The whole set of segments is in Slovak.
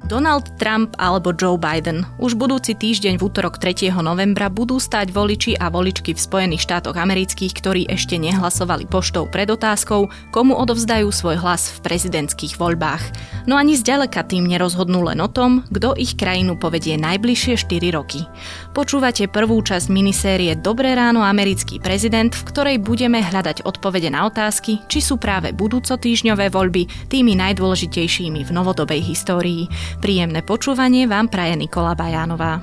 Donald Trump alebo Joe Biden. Už budúci týždeň v útorok 3. novembra budú stáť voliči a voličky v Spojených štátoch amerických, ktorí ešte nehlasovali poštou pred otázkou, komu odovzdajú svoj hlas v prezidentských voľbách. No ani zďaleka tým nerozhodnú len o tom, kto ich krajinu povedie najbližšie 4 roky. Počúvate prvú časť minisérie Dobré ráno, americký prezident, v ktorej budeme hľadať odpovede na otázky, či sú práve budúcotýždňové voľby tými najdôležitejšími v novodobej histórii. Príjemné počúvanie vám praje Nikola Bajánová.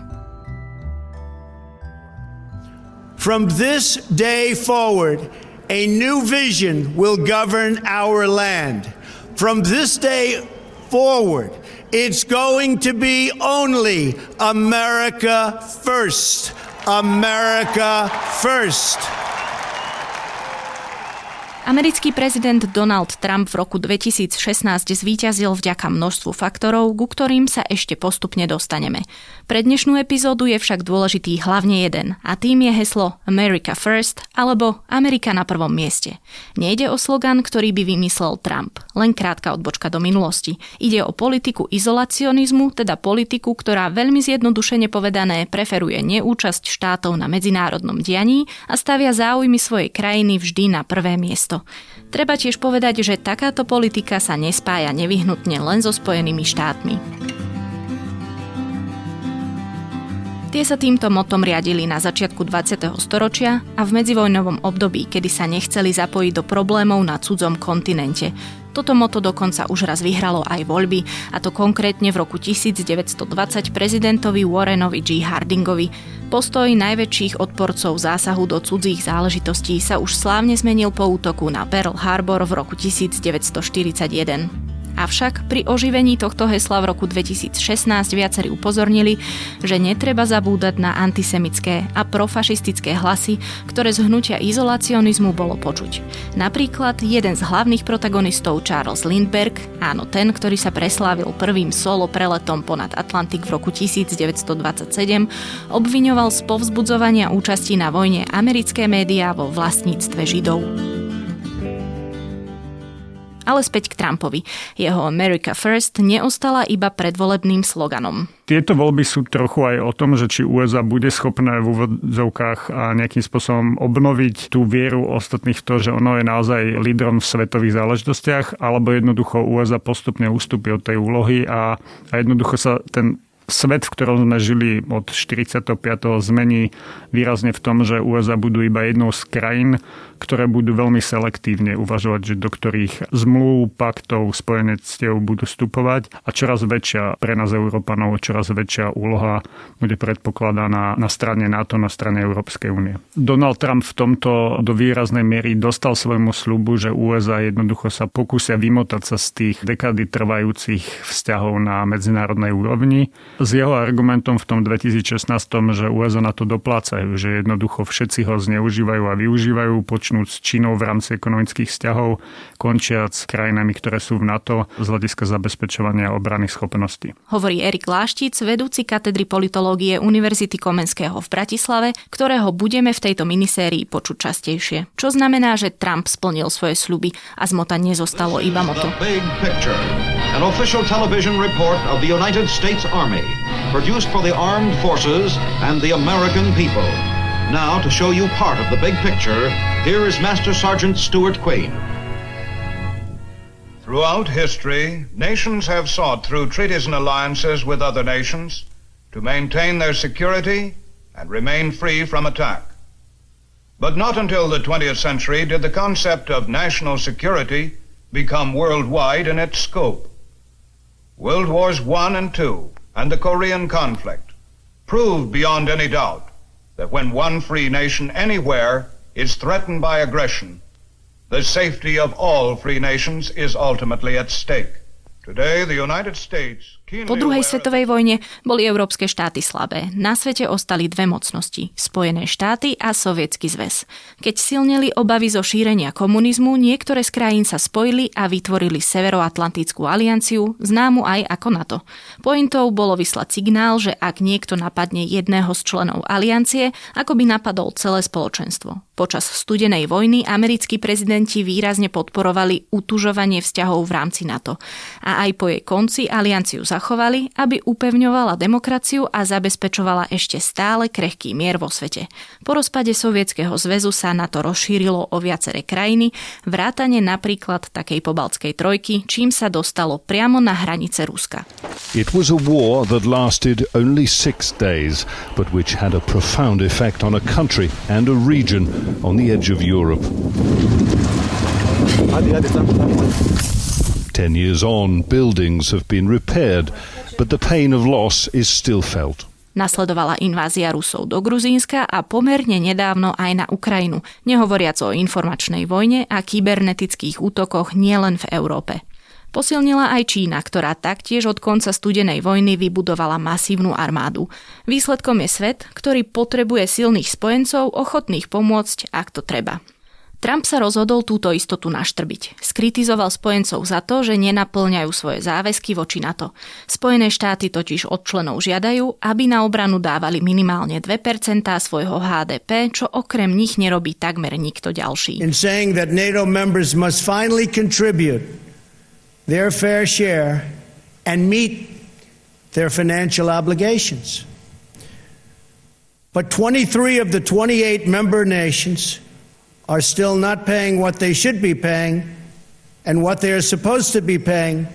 From this day forward, a new vision will govern our land. From this day forward, it's going to be only America first. America first. Americký prezident Donald Trump v roku 2016 zvíťazil vďaka množstvu faktorov, ku ktorým sa ešte postupne dostaneme. Pre dnešnú epizódu je však dôležitý hlavne jeden a tým je heslo America First alebo Amerika na prvom mieste. Nejde o slogan, ktorý by vymyslel Trump, len krátka odbočka do minulosti. Ide o politiku izolacionizmu, teda politiku, ktorá veľmi zjednodušene povedané preferuje neúčasť štátov na medzinárodnom dianí a stavia záujmy svojej krajiny vždy na prvé miesto. Treba tiež povedať, že takáto politika sa nespája nevyhnutne len so Spojenými štátmi. Tie sa týmto motom riadili na začiatku 20. storočia a v medzivojnovom období, kedy sa nechceli zapojiť do problémov na cudzom kontinente. Toto moto dokonca už raz vyhralo aj voľby, a to konkrétne v roku 1920 prezidentovi Warrenovi G. Hardingovi. Postoj najväčších odporcov zásahu do cudzích záležitostí sa už slávne zmenil po útoku na Pearl Harbor v roku 1941. Avšak pri oživení tohto hesla v roku 2016 viacerí upozornili, že netreba zabúdať na antisemické a profašistické hlasy, ktoré z hnutia izolacionizmu bolo počuť. Napríklad jeden z hlavných protagonistov Charles Lindbergh, áno ten, ktorý sa preslávil prvým solo preletom ponad Atlantik v roku 1927, obviňoval z povzbudzovania účasti na vojne americké médiá vo vlastníctve Židov. Ale späť k Trumpovi. Jeho America First neostala iba predvolebným sloganom. Tieto voľby sú trochu aj o tom, že či USA bude schopné v úvodzovkách a nejakým spôsobom obnoviť tú vieru ostatných v to, že ono je naozaj lídrom v svetových záležitostiach, alebo jednoducho USA postupne ustúpi od tej úlohy a jednoducho sa ten svet, v ktorom sme žili od 45. zmení výrazne v tom, že USA budú iba jednou z krajín, ktoré budú veľmi selektívne uvažovať, že do ktorých zmluv, paktov, spojenectiev budú vstupovať a čoraz väčšia pre nás Európanov, čoraz väčšia úloha bude predpokladaná na strane NATO, na strane Európskej únie. Donald Trump v tomto do výraznej miery dostal svojmu sľubu, že USA jednoducho sa pokúsia vymotať sa z tých dekády trvajúcich vzťahov na medzinárodnej úrovni. S jeho argumentom v tom 2016, že USA na to doplácajú, že jednoducho všetci ho zneužívajú a využívajú, počnúc s Čínou v rámci ekonomických vzťahov, končiac s krajinami, ktoré sú v NATO z hľadiska zabezpečovania obranných schopností. Hovorí Erik Láštic, vedúci katedry politológie Univerzity Komenského v Bratislave, ktorého budeme v tejto minisérii počuť častejšie. Čo znamená, že Trump splnil svoje sľuby a zmota nezostalo iba moto. An official television report of the United States Army, produced for the armed forces and the American people. Now, to show you part of the big picture, here is Master Sergeant Stuart Quain. Throughout history, nations have sought through treaties and alliances with other nations to maintain their security and remain free from attack. But not until the 20th century did the concept of national security become worldwide in its scope. World Wars I and II and the Korean conflict proved beyond any doubt that when one free nation anywhere is threatened by aggression, the safety of all free nations is ultimately at stake. Today, the United States... Po druhej svetovej vojne boli európske štáty slabé. Na svete ostali dve mocnosti, Spojené štáty a Sovietsky zväz. Keď silneli obavy zo šírenia komunizmu, niektoré z krajín sa spojili a vytvorili Severoatlantickú alianciu, známu aj ako NATO. Pointou bolo vyslať signál, že ak niekto napadne jedného z členov aliancie, ako by napadol celé spoločenstvo. Počas studenej vojny americkí prezidenti výrazne podporovali utužovanie vzťahov v rámci NATO. A aj po jej konci alianciu zachovali, aby upevňovala demokraciu a zabezpečovala ešte stále krehký mier vo svete. Po rozpade Sovietskeho zväzu sa NATO rozšírilo o viaceré krajiny, vrátane napríklad takej pobaltskej trojky, čím sa dostalo priamo na hranice Ruska. It was a war that lasted only 6 days, but which had a profound effect on a country and a region on the edge of Europe. 10 years on, buildings have been repaired, but the pain of loss is still felt. Nasledovala invázia Rusov do Gruzínska a pomerne nedávno aj na Ukrajinu, nehovoriac o informačnej vojne a kybernetických útokoch nielen v Európe. Posilnila aj Čína, ktorá taktiež od konca studenej vojny vybudovala masívnu armádu. Výsledkom je svet, ktorý potrebuje silných spojencov, ochotných pomôcť, ak to treba. Trump sa rozhodol túto istotu naštrbiť. Skritizoval spojencov za to, že nenapĺňajú svoje záväzky voči NATO. Spojené štáty totiž od členov žiadajú, aby na obranu dávali minimálne 2% svojho HDP, čo okrem nich nerobí takmer nikto ďalší. In saying that NATO members must finally contribute their fair share and meet their financial obligations. But 23 of the 28 member nations are still not paying what they should be paying and what they are supposed to be paying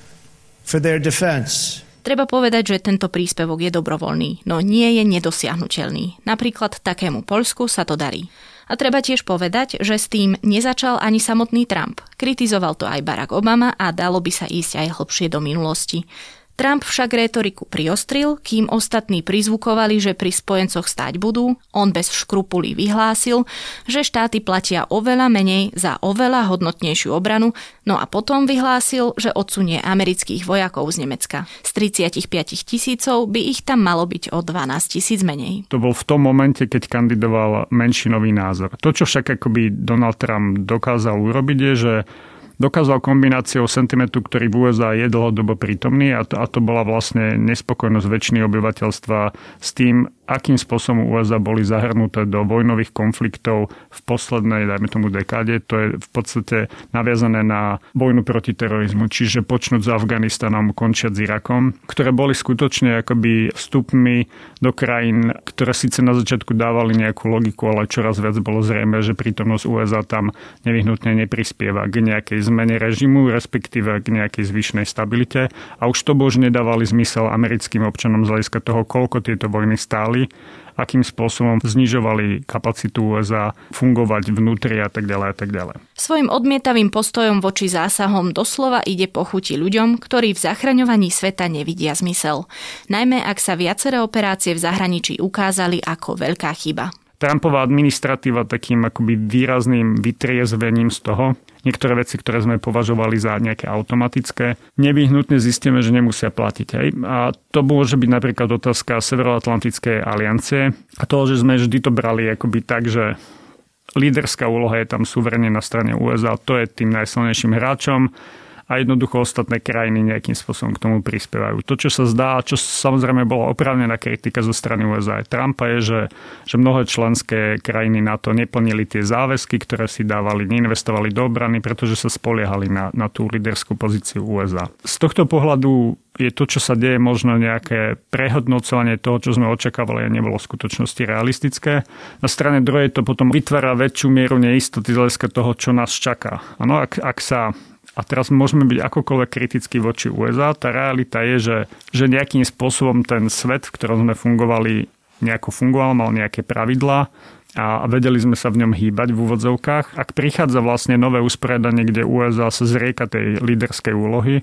for their defense. Treba povedať, že tento príspevok je dobrovoľný, no nie je nedosiahnuteľný. Napríklad takému Poľsku sa to darí. A treba tiež povedať, že s tým nezačal ani samotný Trump. Kritizoval to aj Barack Obama a dalo by sa ísť aj hlbšie do minulosti. Trump však rétoriku priostril, kým ostatní prizvukovali, že pri spojencoch stáť budú. On bez škrupulí vyhlásil, že štáty platia oveľa menej za oveľa hodnotnejšiu obranu, no a potom vyhlásil, že odsunie amerických vojakov z Nemecka. Z 35 000 by ich tam malo byť o 12 000 menej. To bol v tom momente, keď kandidoval menšinový názor. To, čo však akoby Donald Trump dokázal urobiť, je, že dokázal kombináciou sentimentu, ktorý v USA je dlhodobo prítomný a to bola vlastne nespokojnosť väčšiny obyvateľstva s tým, akým spôsobom USA boli zahrnuté do vojnových konfliktov v poslednej, dajme tomu, dekáde. To je v podstate naviazané na vojnu proti terorizmu, čiže počnúť s Afganistanom, končiať s Irakom, ktoré boli skutočne akoby vstupmi do krajín, ktoré síce na začiatku dávali nejakú logiku, ale čoraz viac bolo zrejme, že prítomnosť USA tam nevyhnutne neprispieva k nejakej zmene režimu, respektíve k nejakej zvyšnej stabilite. A už to bož nedávali zmysel americkým občanom z hľadiska toho, koľko tieto vojny stáli, akým spôsobom znižovali kapacitu USA fungovať vnútri a tak ďalej a tak ďalej. Svojim odmietavým postojom voči zásahom doslova ide po chuti ľuďom, ktorí v zachraňovaní sveta nevidia zmysel. Najmä ak sa viaceré operácie v zahraničí ukázali ako veľká chyba. Trumpová administratíva takým akoby výrazným vytriezvením z toho. Niektoré veci, ktoré sme považovali za nejaké automatické, nevyhnutne zistíme, že nemusia platiť. Hej? A to môže byť napríklad otázka Severoatlantickej aliancie a toho, že sme vždy to brali akoby tak, že líderská úloha je tam suverene na strane USA, to je tým najsilnejším hráčom a jednoducho ostatné krajiny nejakým spôsobom k tomu prispievajú. To, čo sa zdá, čo samozrejme bola oprávnená kritika zo strany USA aj Trumpa, je, že mnohé členské krajiny NATO neplnili tie záväzky, ktoré si dávali, neinvestovali do obrany, pretože sa spoliehali na tú líderskú pozíciu USA. Z tohto pohľadu je to, čo sa deje, možno nejaké prehodnocovanie toho, čo sme očakávali a nebolo v skutočnosti realistické. Na strane druhej to potom vytvára väčšiu mieru neistoty z hľadiska toho, čo nás čaká. Ano, ak sa a teraz môžeme byť akokoľvek kritickí voči USA. Tá realita je, že nejakým spôsobom ten svet, v ktorom sme fungovali, nejako fungoval, mal nejaké pravidlá a vedeli sme sa v ňom hýbať v úvodzovkách. Ak prichádza vlastne nové usporiadanie, kde USA sa zrieka tej líderskej úlohy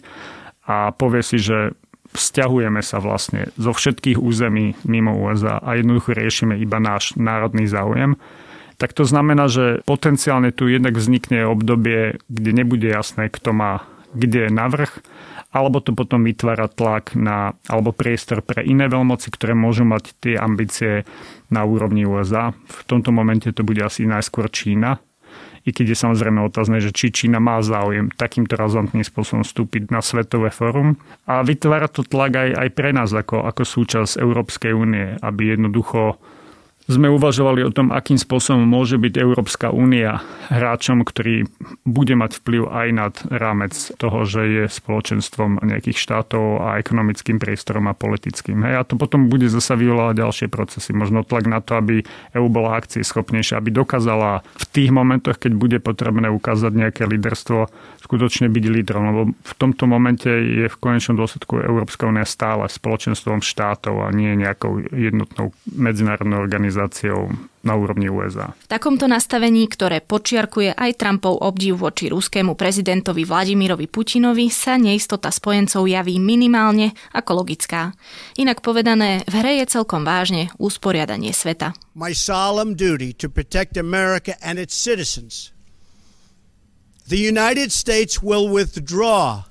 a povie si, že vzťahujeme sa vlastne zo všetkých území mimo USA a jednoducho riešime iba náš národný záujem, tak to znamená, že potenciálne tu jednak vznikne obdobie, kde nebude jasné, kto má kde je navrch, alebo to potom vytvára tlak alebo priestor pre iné veľmoci, ktoré môžu mať tie ambície na úrovni USA. V tomto momente to bude asi najskôr Čína, i keď je samozrejme otázne, že či Čína má záujem takýmto razantným spôsobom vstúpiť na svetové fórum. A vytvára to tlak aj pre nás ako súčasť Európskej únie, aby jednoducho sme uvažovali o tom, akým spôsobom môže byť Európska únia hráčom, ktorý bude mať vplyv aj nad rámec toho, že je spoločenstvom nejakých štátov a ekonomickým priestorom a politickým. Hej, a to potom bude zasa vyvolávať ďalšie procesy. Možno tlak na to, aby EÚ bola akcieschopnejšia, aby dokázala v tých momentoch, keď bude potrebné ukázať nejaké líderstvo, skutočne byť lídrom. Lebo v tomto momente je v konečnom dôsledku Európska únia stále spoločenstvom štátov a nie nejakou jednotnou medzinárodnou organizáciou na úrovni USA. V takomto nastavení, ktoré podčiarkuje aj Trumpov obdiv voči ruskému prezidentovi Vladimirovi Putinovi, sa neistota spojencov javí minimálne ako logická. Inak povedané, v hre je celkom vážne usporiadanie sveta. My solemn duty to protect America and its citizens. The United States will withdraw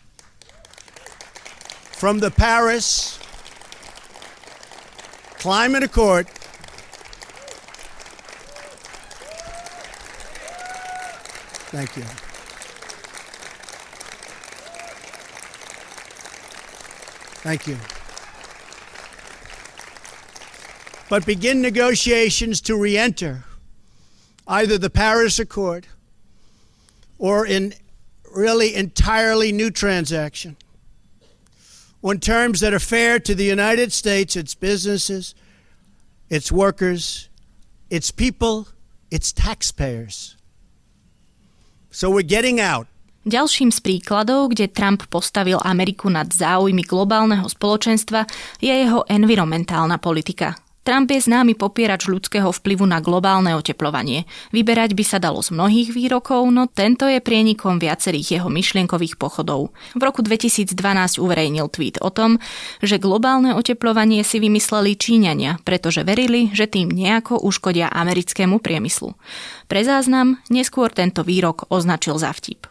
from the Paris Climate Accord Thank you. Thank you. But begin negotiations to re-enter either the Paris Accord or in really entirely new transaction on terms that are fair to the United States, its businesses, its workers, its people, its taxpayers. So we're getting out. Ďalším z príkladov, kde Trump postavil Ameriku nad záujmy globálneho spoločenstva, je jeho environmentálna politika. Trump je známy popierač ľudského vplyvu na globálne otepľovanie. Vyberať by sa dalo z mnohých výrokov, no tento je prienikom viacerých jeho myšlienkových pochodov. V roku 2012 uverejnil tweet o tom, že globálne otepľovanie si vymysleli Číňania, pretože verili, že tým nejako uškodia americkému priemyslu. Pre záznam neskôr tento výrok označil za vtip.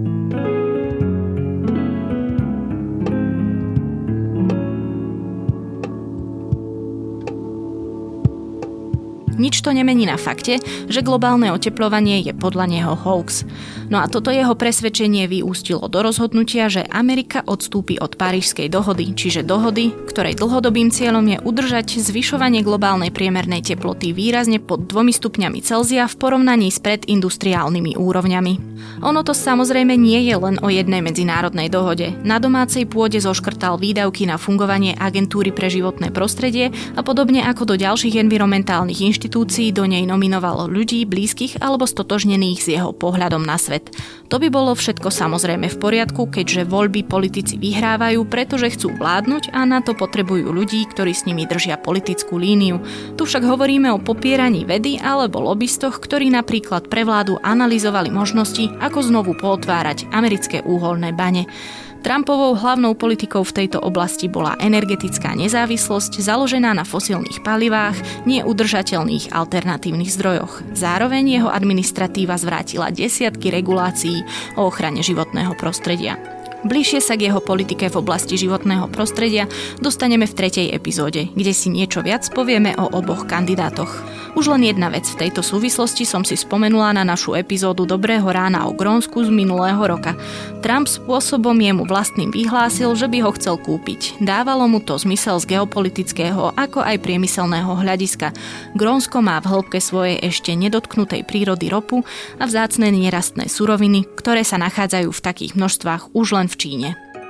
Nič to nemení na fakte, že globálne otepľovanie je podľa neho hoax. No a toto jeho presvedčenie vyústilo do rozhodnutia, že Amerika odstúpi od Parížskej dohody, čiže dohody, ktorej dlhodobým cieľom je udržať zvyšovanie globálnej priemernej teploty výrazne pod 2 stupňami Celzia v porovnaní s predindustriálnymi úrovňami. Ono to samozrejme nie je len o jednej medzinárodnej dohode. Na domácej pôde zoškrtal výdavky na fungovanie agentúry pre životné prostredie a podobne ako do ďalších environmentálnych inštitúcií do nej nominovalo ľudí blízkych alebo stotožnených s jeho pohľadom na svet. To by bolo všetko samozrejme v poriadku, keďže voľby politici vyhrávajú, pretože chcú vládnuť a na to potrebujú ľudí, ktorí s nimi držia politickú líniu. Tu však hovoríme o popieraní vedy alebo lobistoch, ktorí napríklad pre vládu analyzovali možnosti, ako znovu pootvárať americké úholné bane. Trumpovou hlavnou politikou v tejto oblasti bola energetická nezávislosť založená na fosílnych palivách, neudržateľných alternatívnych zdrojoch. Zároveň jeho administratíva zvrátila desiatky regulácií o ochrane životného prostredia. Bližšie sa k jeho politike v oblasti životného prostredia dostaneme v 3. epizóde, kde si niečo viac povieme o oboch kandidátoch. Už len jedna vec v tejto súvislosti som si spomenula na našu epizódu Dobrého rána o Grónsku z minulého roka. Trump spôsobom jemu vlastným vyhlásil, že by ho chcel kúpiť. Dávalo mu to zmysel z geopolitického ako aj priemyselného hľadiska. Grónsko má v hĺbke svojej ešte nedotknutej prírody ropu a vzácne nerastné suroviny, ktoré sa nachádzajú v takých množstvách už len v Číne.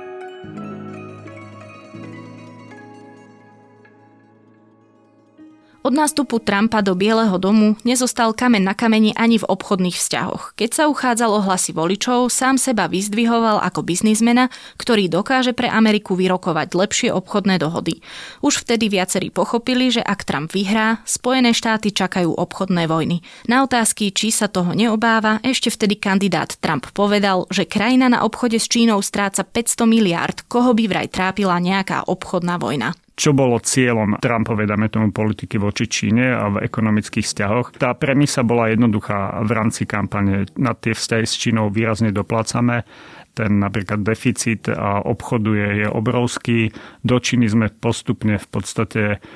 Od nástupu Trumpa do Bieleho domu nezostal kameň na kameni ani v obchodných vzťahoch. Keď sa uchádzal o hlasy voličov, sám seba vyzdvihoval ako biznismena, ktorý dokáže pre Ameriku vyrokovať lepšie obchodné dohody. Už vtedy viacerí pochopili, že ak Trump vyhrá, Spojené štáty čakajú obchodné vojny. Na otázky, či sa toho neobáva, ešte vtedy kandidát Trump povedal, že krajina na obchode s Čínou stráca 500 miliárd, koho by vraj trápila nejaká obchodná vojna. Čo bolo cieľom Trumpovej, dáme tomu, politiky voči Číne a v ekonomických vzťahoch. Tá premisa bola jednoduchá v rámci kampane. Na tie vzťahy s Čínou výrazne doplácame. Ten napríklad deficit obchodu je obrovský. Do Číny sme postupne v podstate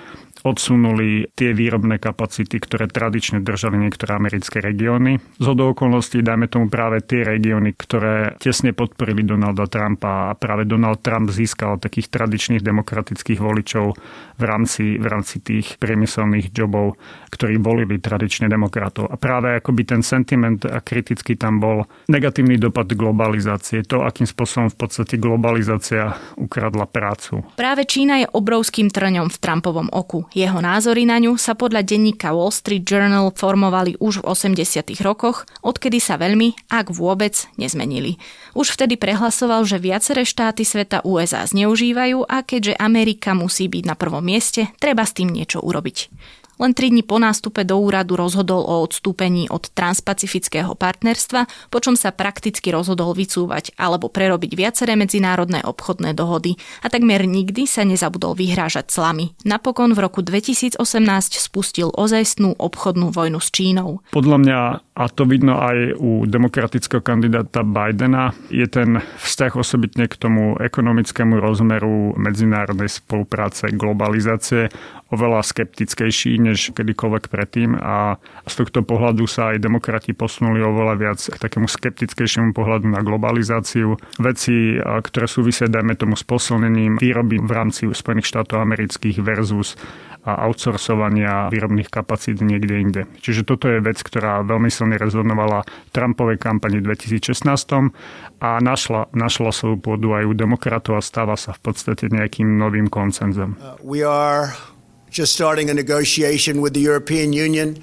odsunuli tie výrobné kapacity, ktoré tradične držali niektoré americké regióny. Zhodou okolností dajme tomu práve tie regióny, ktoré tesne podporili Donalda Trumpa, a práve Donald Trump získal takých tradičných demokratických voličov v rámci tých priemyselných jobov, ktorí volili tradične demokratov. A práve akoby ten sentiment a kritický tam bol negatívny dopad globalizácie, to, akým spôsobom v podstate globalizácia ukradla prácu. Práve Čína je obrovským trňom v Trumpovom oku. Jeho názory na ňu sa podľa denníka Wall Street Journal formovali už v 80. rokoch, odkedy sa veľmi, ak vôbec, nezmenili. Už vtedy prehlasoval, že viaceré štáty sveta USA zneužívajú a keďže Amerika musí byť na prvom mieste, treba s tým niečo urobiť. Len 3 dni po nástupe do úradu rozhodol o odstúpení od transpacifického partnerstva, počom sa prakticky rozhodol vycúvať alebo prerobiť viaceré medzinárodné obchodné dohody a takmer nikdy sa nezabudol vyhrážať clami. Napokon v roku 2018 spustil ozajstnú obchodnú vojnu s Čínou. Podľa mňa, a to vidno aj u demokratického kandidáta Bidena, je ten vzťah osobitne k tomu ekonomickému rozmeru medzinárodnej spolupráce, globalizácie oveľa skeptickejší než kedykoľvek predtým a z tohto pohľadu sa aj demokrati posunuli oveľa viac k takému skeptickejšiemu pohľadu na globalizáciu. Veci, ktoré súvisia, dajme tomu, s posilnením výroby v rámci Spojených štátov amerických versus a outsourcovania výrobných kapacít niekde inde. Čiže toto je vec, ktorá veľmi silne rezonovala v Trumpovej kampani v 2016 a našla svoju pôdu aj u demokratov a stáva sa v podstate nejakým novým koncenzom. We are just starting a negotiation with the European Union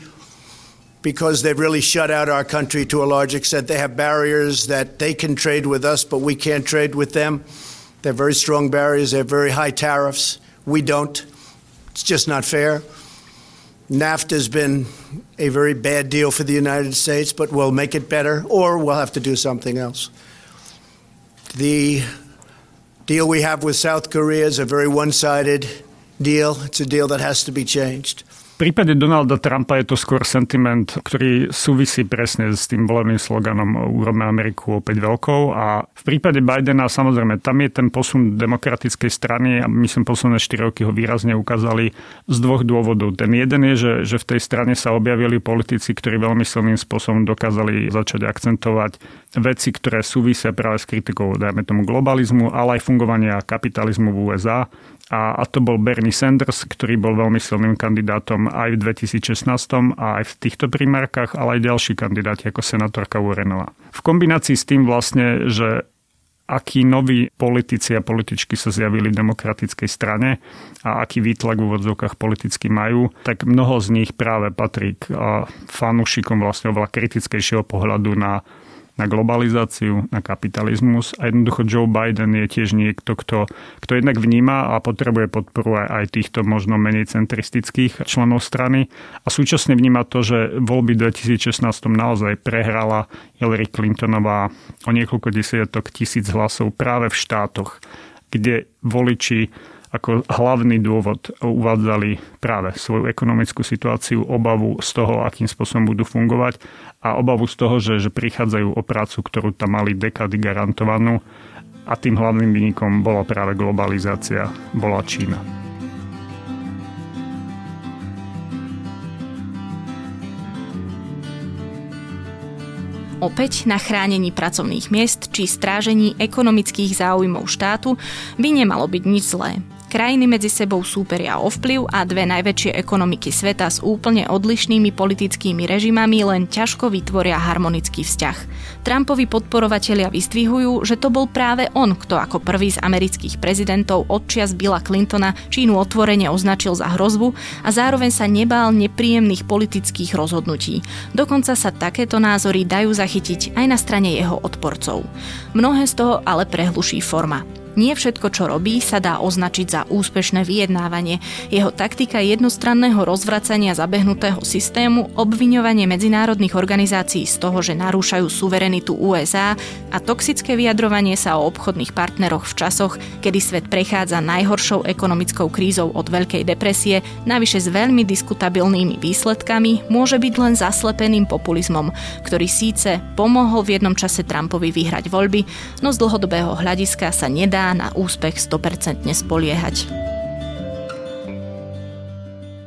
because they've really shut out our country to a large extent. They have barriers that they can trade with us, but we can't trade with them. They're very strong barriers. They have very high tariffs. We don't. It's just not fair. NAFTA has been a very bad deal for the United States, but we'll make it better, or we'll have to do something else. The deal we have with South Korea is a very one-sided deal. It's a deal that has to be changed. V prípade Donalda Trumpa je to skôr sentiment, ktorý súvisí presne s tým volebným sloganom Urobme Ameriku opäť veľkou a v prípade Bidena samozrejme tam je ten posun demokratickej strany a myslím posledné 4 roky ho výrazne ukázali z 2 dôvodov. Ten jeden je, že v tej strane sa objavili politici, ktorí veľmi silným spôsobom dokázali začať akcentovať veci, ktoré súvisia práve s kritikou, dajme tomu globalizmu, ale aj fungovania kapitalizmu v USA. A to bol Bernie Sanders, ktorý bol veľmi silným kandidátom aj v 2016 a aj v týchto primárkach, ale aj ďalší kandidáti ako senátorka Warrenová. V kombinácii s tým vlastne, že akí noví politici a političky sa zjavili v demokratickej strane a aký výtlak v úvodzovkách politicky majú, tak mnoho z nich práve patrí k fanúšikom vlastne oveľa kritickejšieho pohľadu na globalizáciu, na kapitalizmus a jednoducho Joe Biden je tiež niekto, kto jednak vníma a potrebuje podporu aj týchto možno menej centristických členov strany a súčasne vníma to, že voľby 2016 naozaj prehrala Hillary Clintonová o niekoľko desiatok tisíc hlasov práve v štátoch, kde voliči ako hlavný dôvod uvádzali práve svoju ekonomickú situáciu, obavu z toho, akým spôsobom budú fungovať a obavu z toho, že prichádzajú o prácu, ktorú tam mali dekády garantovanú a tým hlavným výnikom bola práve globalizácia, bola Čína. Opäť na chránení pracovných miest či strážení ekonomických záujmov štátu by nemalo byť nič zlé. Krajiny medzi sebou súperia o vplyv a 2 najväčšie ekonomiky sveta s úplne odlišnými politickými režimami len ťažko vytvoria harmonický vzťah. Trumpovi podporovatelia vystvihuje, že to bol práve on, kto ako prvý z amerických prezidentov odčias Billa Clintona Čínu otvorene označil za hrozbu a zároveň sa nebál nepríjemných politických rozhodnutí. Dokonca sa takéto názory dajú zachytiť aj na strane jeho odporcov. Mnohé z toho ale prehluší forma. Nie všetko, čo robí, sa dá označiť za úspešné vyjednávanie. Jeho taktika jednostranného rozvracania zabehnutého systému, obviňovanie medzinárodných organizácií z toho, že narúšajú suverenitu USA a toxické vyjadrovanie sa o obchodných partneroch v časoch, kedy svet prechádza najhoršou ekonomickou krízou od Veľkej depresie, navyše s veľmi diskutabilnými výsledkami, môže byť len zaslepeným populizmom, ktorý síce pomohol v jednom čase Trumpovi vyhrať voľby, no z dlhodobého hľadiska sa nedá na úspech 100% spoliehať.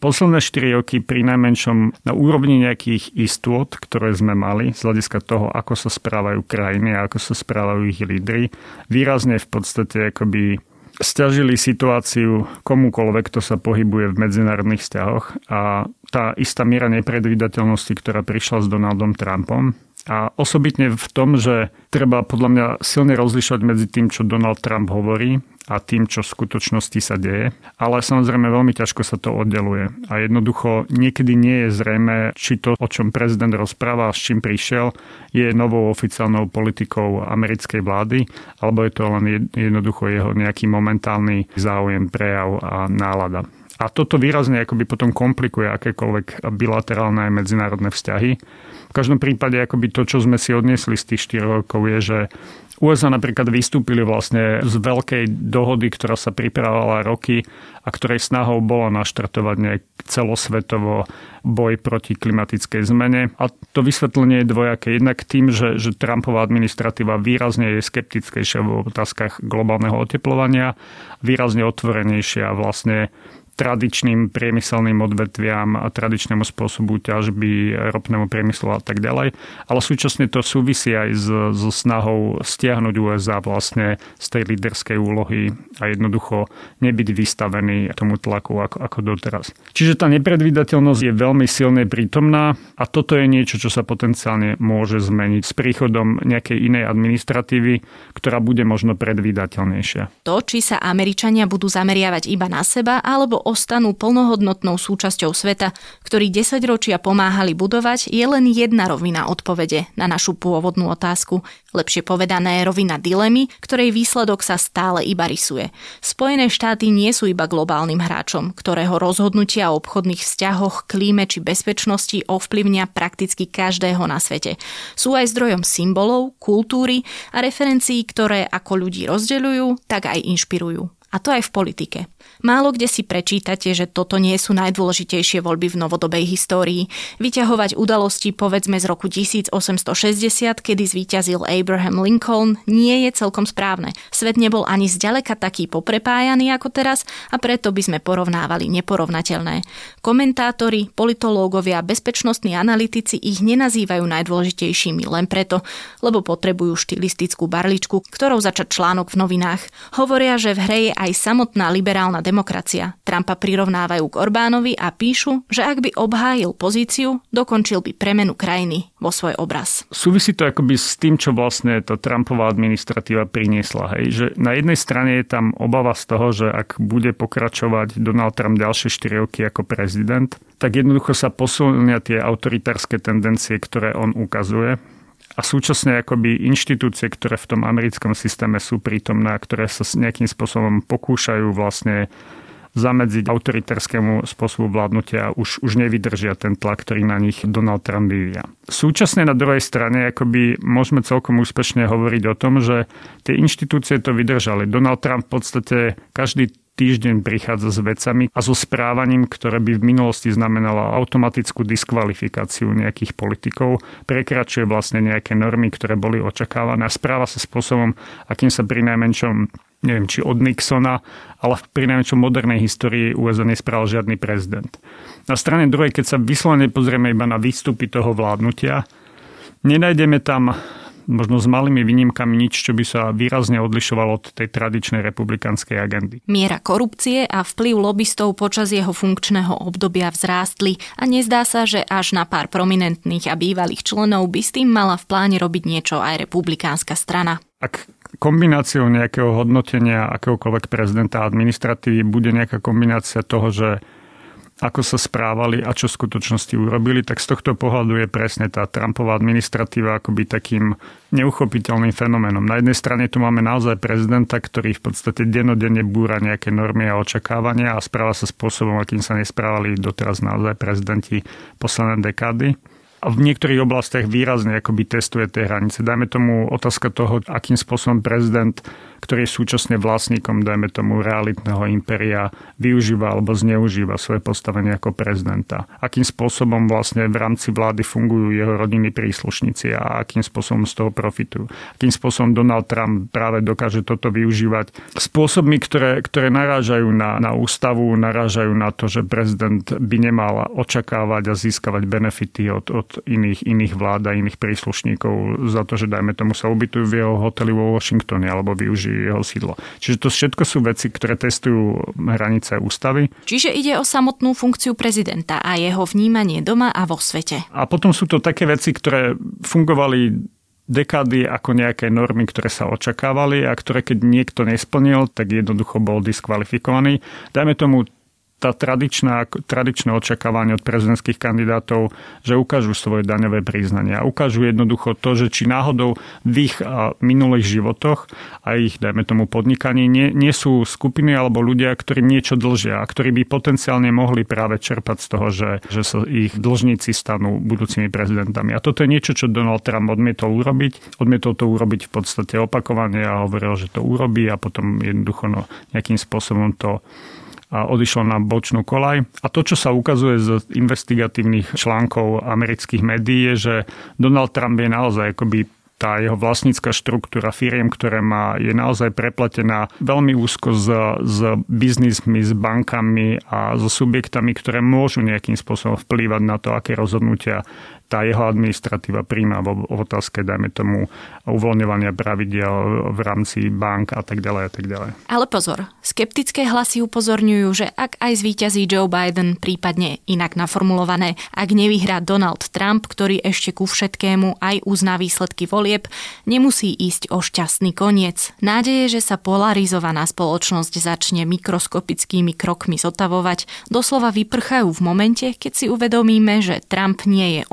posledné 4 roky pri najmenšom na úrovni nejakých istôt, ktoré sme mali z hľadiska toho, ako sa správajú krajiny a ako sa správajú ich lídri, výrazne v podstate akoby sťažili situáciu komukoľvek, kto sa pohybuje v medzinárodných vzťahoch a tá istá miera nepredvídateľnosti, ktorá prišla s Donaldom Trumpom. A osobitne v tom, že treba podľa mňa silne rozlišovať medzi tým, čo Donald Trump hovorí a tým, čo v skutočnosti sa deje. Ale samozrejme veľmi ťažko sa to oddeluje. A jednoducho niekedy nie je zrejme, či to, o čom prezident rozpráva a s čím prišiel, je novou oficiálnou politikou americkej vlády, alebo je to len jednoducho jeho nejaký momentálny záujem, prejav a nálada. A toto výrazne akoby potom komplikuje akékoľvek bilaterálne aj medzinárodné vzťahy. V každom prípade akoby to, čo sme si odniesli z tých 4 rokov, je, že USA napríklad vystúpili vlastne z veľkej dohody, ktorá sa pripravovala roky a ktorej snahou bolo naštartovať nejak celosvetovo boj proti klimatickej zmene. A to vysvetlenie je dvojaké. Jednak tým, že Trumpová administratíva výrazne je skeptickejšia v otázkach globálneho oteplovania, výrazne otvorenejšia vlastne tradičným priemyselným odvetviam a tradičnému spôsobu ťažby, ropnému priemyslu a tak ďalej. Ale súčasne to súvisí aj so snahou stiahnuť USA vlastne z tej líderskej úlohy a jednoducho nebyť vystavený tomu tlaku ako doteraz. Čiže tá nepredvídateľnosť je veľmi silne prítomná a toto je niečo, čo sa potenciálne môže zmeniť s príchodom nejakej inej administratívy, ktorá bude možno predvídateľnejšia. To, či sa Američania budú zameriavať iba na seba alebo ostanú plnohodnotnou súčasťou sveta, ktorý 10 ročia pomáhali budovať, je len jedna rovina odpovede na našu pôvodnú otázku. Lepšie povedané rovina dilemy, ktorej výsledok sa stále iba rysuje. Spojené štáty nie sú iba globálnym hráčom, ktorého rozhodnutia o obchodných vzťahoch, klíme či bezpečnosti ovplyvnia prakticky každého na svete. Sú aj zdrojom symbolov, kultúry a referencií, ktoré ako ľudí rozdeľujú, tak aj inšpirujú. A to aj v politike. Málo kde si prečítate, že toto nie sú najdôležitejšie voľby v novodobej histórii. Vyťahovať udalosti povedzme z roku 1860, kedy zvíťazil Abraham Lincoln, nie je celkom správne. Svet nebol ani zďaleka taký poprepájaný ako teraz a preto by sme porovnávali neporovnateľné. Komentátori, politológovia, bezpečnostní analytici ich nenazývajú najdôležitejšími len preto, lebo potrebujú štilistickú barličku, ktorou začať článok v novinách. Hovoria, že v hre je aj samotná liberálna demokracia. Trumpa prirovnávajú k Orbánovi a píšu, že ak by obhájil pozíciu, dokončil by premenu krajiny vo svoj obraz. Súvisí to akoby s tým, čo vlastne tá Trumpová administratíva priniesla. Hej? Že na jednej strane je tam obava z toho, že ak bude pokračovať Donald Trump ďalšie 4 roky ako prezident, tak jednoducho sa posilnia tie autoritárske tendencie, ktoré on ukazuje. A súčasne akoby inštitúcie, ktoré v tom americkom systéme sú prítomné, ktoré sa nejakým spôsobom pokúšajú vlastne zamedziť autoritárskému spôsobu vládnutia, už nevydržia ten tlak, ktorý na nich Donald Trump vyvíja. Súčasne na druhej strane akoby môžeme celkom úspešne hovoriť o tom, že tie inštitúcie to vydržali. Donald Trump v podstate každý týždeň prichádza s vecami a so správaním, ktoré by v minulosti znamenalo automatickú diskvalifikáciu nejakých politikov, prekračuje vlastne nejaké normy, ktoré boli očakávané a správa sa spôsobom, akým sa pri najmenšom, neviem, či od Nixona, ale pri najmenšom modernej histórii USA nesprával žiadny prezident. Na strane druhej, keď sa vyslovene pozrieme iba na výstupy toho vládnutia, nenájdeme tam možno s malými výnimkami nič, čo by sa výrazne odlišovalo od tej tradičnej republikánskej agendy. Miera korupcie a vplyv lobistov počas jeho funkčného obdobia vzrástli a nezdá sa, že až na pár prominentných a bývalých členov by s tým mala v pláne robiť niečo aj republikánska strana. Ak kombináciou nejakého hodnotenia akéhokoľvek prezidenta a administratívy bude nejaká kombinácia toho, že ako sa správali a čo v skutočnosti urobili, tak z tohto pohľadu je presne tá Trumpová administratíva akoby takým neuchopiteľným fenoménom. Na jednej strane tu máme naozaj prezidenta, ktorý v podstate dennodenne búra nejaké normy a očakávania a správa sa spôsobom, akým sa nesprávali doteraz naozaj prezidenti posledné dekády. A v niektorých oblastiach výrazne akoby testuje tie hranice. Dajme tomu otázka toho, akým spôsobom prezident ktorý je súčasne vlastníkom, dajme tomu, realitného impéria, využíva alebo zneužíva svoje postavenie ako prezidenta. Akým spôsobom vlastne v rámci vlády fungujú jeho rodinní príslušníci a akým spôsobom z toho profitujú. Akým spôsobom Donald Trump práve dokáže toto využívať spôsobmi, ktoré narážajú na ústavu, narážajú na to, že prezident by nemal očakávať a získavať benefity od iných vlád a iných príslušníkov za to, že dajme tomu sa ubytujú v jeho hoteli vo Washingtone alebo využijú jeho sídlo. Čiže to všetko sú veci, ktoré testujú hranice ústavy. Čiže ide o samotnú funkciu prezidenta a jeho vnímanie doma a vo svete. A potom sú to také veci, ktoré fungovali dekády ako nejaké normy, ktoré sa očakávali a ktoré keď niekto nesplnil, tak jednoducho bol diskvalifikovaný. Dajme tomu tá tradičné očakávanie od prezidentských kandidátov, že ukážu svoje daňové priznania. Ukážu jednoducho to, že či náhodou v ich minulých životoch a ich, dajme tomu, podnikaní nie sú skupiny alebo ľudia, ktorí niečo dlžia a ktorí by potenciálne mohli práve čerpať z toho, že sa ich dlžníci stanú budúcimi prezidentami. A toto je niečo, čo Donald Trump odmietol urobiť. Odmietol to urobiť v podstate opakovane a hovoril, že to urobí a potom jednoducho nejakým spôsobom to a odišlo na bočnú koľaj. A to, čo sa ukazuje z investigatívnych článkov amerických médií, je, že Donald Trump je naozaj akoby tá jeho vlastnícka štruktúra firiem, ktoré má, je naozaj prepletená veľmi úzko s biznismi, s bankami a so subjektami, ktoré môžu nejakým spôsobom vplývať na to, aké rozhodnutia tá jeho administratíva príjma v otázke, dajme tomu, uvoľňovania pravidiel v rámci bank a tak ďalej a tak ďalej. Ale pozor, skeptické hlasy upozorňujú, že ak aj zvíťazí Joe Biden, prípadne inak naformulované, ak nevyhrá Donald Trump, ktorý ešte ku všetkému aj uzná výsledky volieb, nemusí ísť o šťastný koniec. Nádeje, že sa polarizovaná spoločnosť začne mikroskopickými krokmi zotavovať, doslova vyprchajú v momente, keď si uvedomíme, že Trump nie je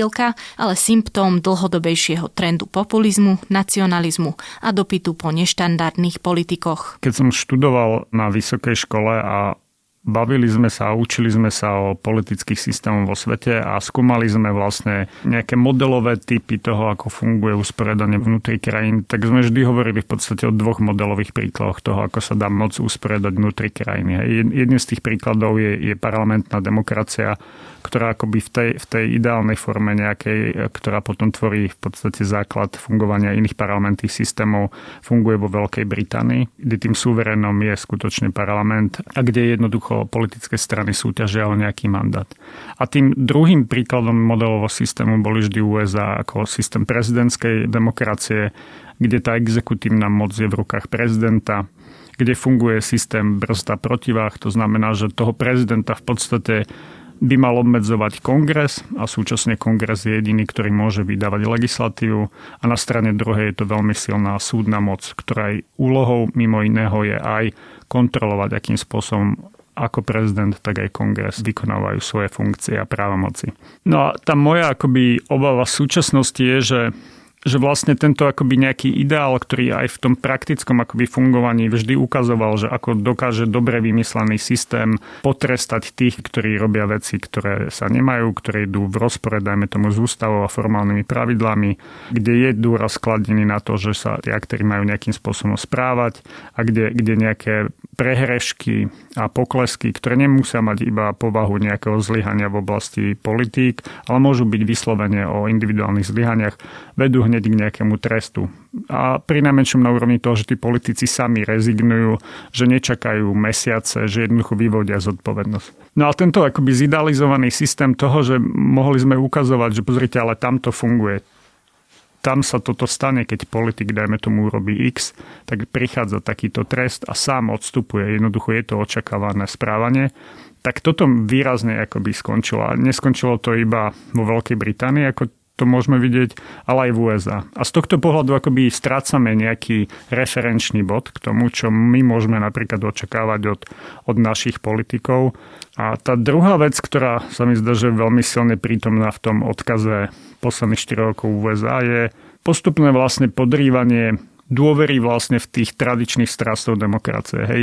ale symptóm dlhodobejšieho trendu populizmu, nacionalizmu a dopytu po neštandardných politikoch. Keď som študoval na vysokej škole a bavili sme sa a učili sme sa o politických systémoch vo svete a skúmali sme vlastne nejaké modelové typy toho, ako funguje usporiadanie vnútri krajín, tak sme vždy hovorili v podstate o dvoch modelových príkladoch toho, ako sa dá moc usporiadať vnútri krajiny. Jedným z tých príkladov je parlamentná demokracia, ktorá akoby v tej ideálnej forme nejakej, ktorá potom tvorí v podstate základ fungovania iných parlamentných systémov, funguje vo Veľkej Británii, kde tým suverénom je skutočne parlament a kde jednoducho politické strany súťažia o nejaký mandát. A tým druhým príkladom modelového systému boli vždy USA ako systém prezidentskej demokracie, kde tá exekutívna moc je v rukách prezidenta, kde funguje systém brzd a protiváh, to znamená, že toho prezidenta v podstate by mal obmedzovať kongres a súčasne kongres je jediný, ktorý môže vydávať legislatívu a na strane druhej je to veľmi silná súdna moc, ktorej úlohou mimo iného je aj kontrolovať, akým spôsobom ako prezident, tak aj kongres vykonávajú svoje funkcie a právomoci. No a tá moja akoby obava v súčasnosti je, že vlastne tento akoby nejaký ideál, ktorý aj v tom praktickom akoby fungovaní vždy ukazoval, že ako dokáže dobre vymyslený systém potrestať tých, ktorí robia veci, ktoré sa nemajú, ktoré idú v rozpore, dajme tomu, s ústavou a formálnymi pravidlami, kde je dôraz skladený na to, že sa tí aktéri majú nejakým spôsobom správať a kde nejaké prehrešky a poklesky, ktoré nemusia mať iba povahu nejakého zlyhania v oblasti politík, ale môžu byť vyslovene o individuálnych zlyhaniach, vedú hneď k nejakému trestu. A pri najmenšom na úrovni toho, že tí politici sami rezignujú, že nečakajú mesiace, že jednoducho vyvodia zodpovednosť. No a tento akoby zidealizovaný systém toho, že mohli sme ukazovať, že pozrite, ale tam to funguje. Tam sa toto stane, keď politik, dajme tomu, urobí X, tak prichádza takýto trest a sám odstupuje. Jednoducho je to očakávané správanie. Tak toto výrazne akoby skončilo. A neskončilo to iba vo Veľkej Británii, ako to môžeme vidieť, ale aj v USA. A z tohto pohľadu akoby strácame nejaký referenčný bod k tomu, čo my môžeme napríklad očakávať od našich politikov. A tá druhá vec, ktorá sa mi zdá, že je veľmi silne prítomná v tom odkaze posledných 4 rokov v USA, je postupné vlastne podrývanie dôvery vlastne v tých tradičných strástov demokracie. Hej,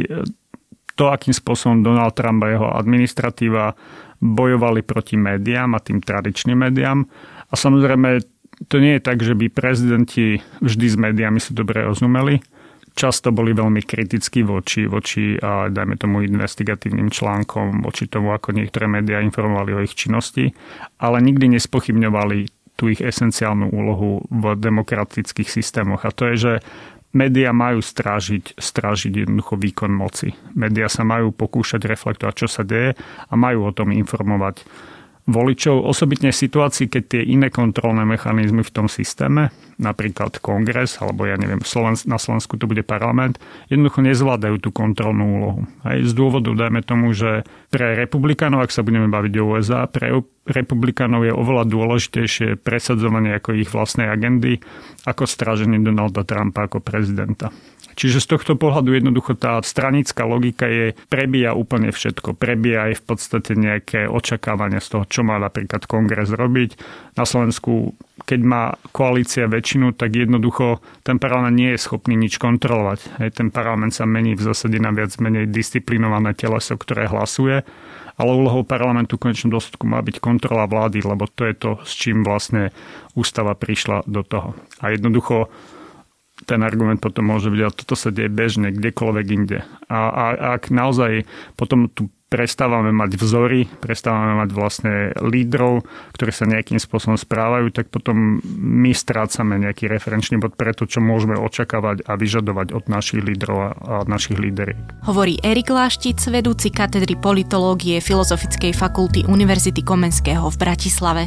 to, akým spôsobom Donald Trump a jeho administratíva bojovali proti médiám a tým tradičným médiám. A samozrejme, to nie je tak, že by prezidenti vždy s médiami si dobre rozumeli. často boli veľmi kritickí voči dajme tomu investigatívnym článkom, voči tomu, ako niektoré médiá informovali o ich činnosti, ale nikdy nespochybňovali tú ich esenciálnu úlohu v demokratických systémoch. A to je, že médiá majú strážiť jednoducho výkon moci. Médiá sa majú pokúšať reflektovať, čo sa deje a majú o tom informovať voličov, osobitne v situácii, keď tie iné kontrolné mechanizmy v tom systéme, napríklad kongres, alebo ja neviem, na Slovensku to bude parlament, jednoducho nezvládajú tú kontrolnú úlohu. Aj z dôvodu, dajme tomu, že pre republikánov, ak sa budeme baviť o USA, pre republikánov je oveľa dôležitejšie presadzovanie ako ich vlastnej agendy, ako stráženie Donalda Trumpa ako prezidenta. Čiže z tohto pohľadu jednoducho tá stranická logika prebíja úplne všetko. Prebíja aj v podstate nejaké očakávania z toho, čo má napríklad kongres robiť. Na Slovensku, keď má koalícia väčšinu, tak jednoducho ten parlament nie je schopný nič kontrolovať. Ten parlament sa mení v zásade na viac menej disciplinované teleso, ktoré hlasuje. Ale úlohou parlamentu v konečnom dôsledku má byť kontrola vlády, lebo to je to, s čím vlastne ústava prišla do toho. A jednoducho ten argument potom môže byť, ale toto sa deje bežne, kdekoľvek inde. A ak naozaj potom tu prestávame mať vzory, prestávame mať vlastne lídrov, ktorí sa nejakým spôsobom správajú, tak potom my strácame nejaký referenčný bod pre to, čo môžeme očakávať a vyžadovať od našich lídrov a našich líderiek. Hovorí Erik Láštic, vedúci katedry politológie Filozofickej fakulty Univerzity Komenského v Bratislave.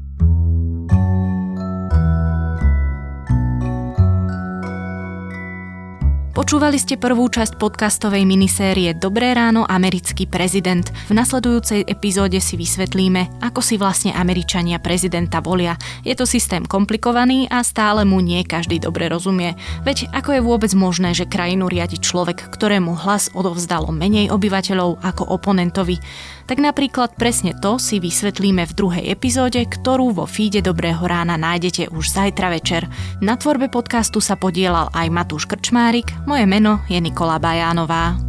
Počúvali ste prvú časť podcastovej minisérie Dobré ráno, americký prezident. V nasledujúcej epizóde si vysvetlíme, ako si vlastne Američania prezidenta volia. Je to systém komplikovaný a stále mu nie každý dobre rozumie. Veď ako je vôbec možné, že krajinu riadi človek, ktorému hlas odovzdalo menej obyvateľov ako oponentovi? Tak napríklad presne to si vysvetlíme v druhej epizóde, ktorú vo feede Dobrého rána nájdete už zajtra večer. Na tvorbe podcastu sa podielal aj Matúš Krčmárik, moje meno je Nikola Bajánová.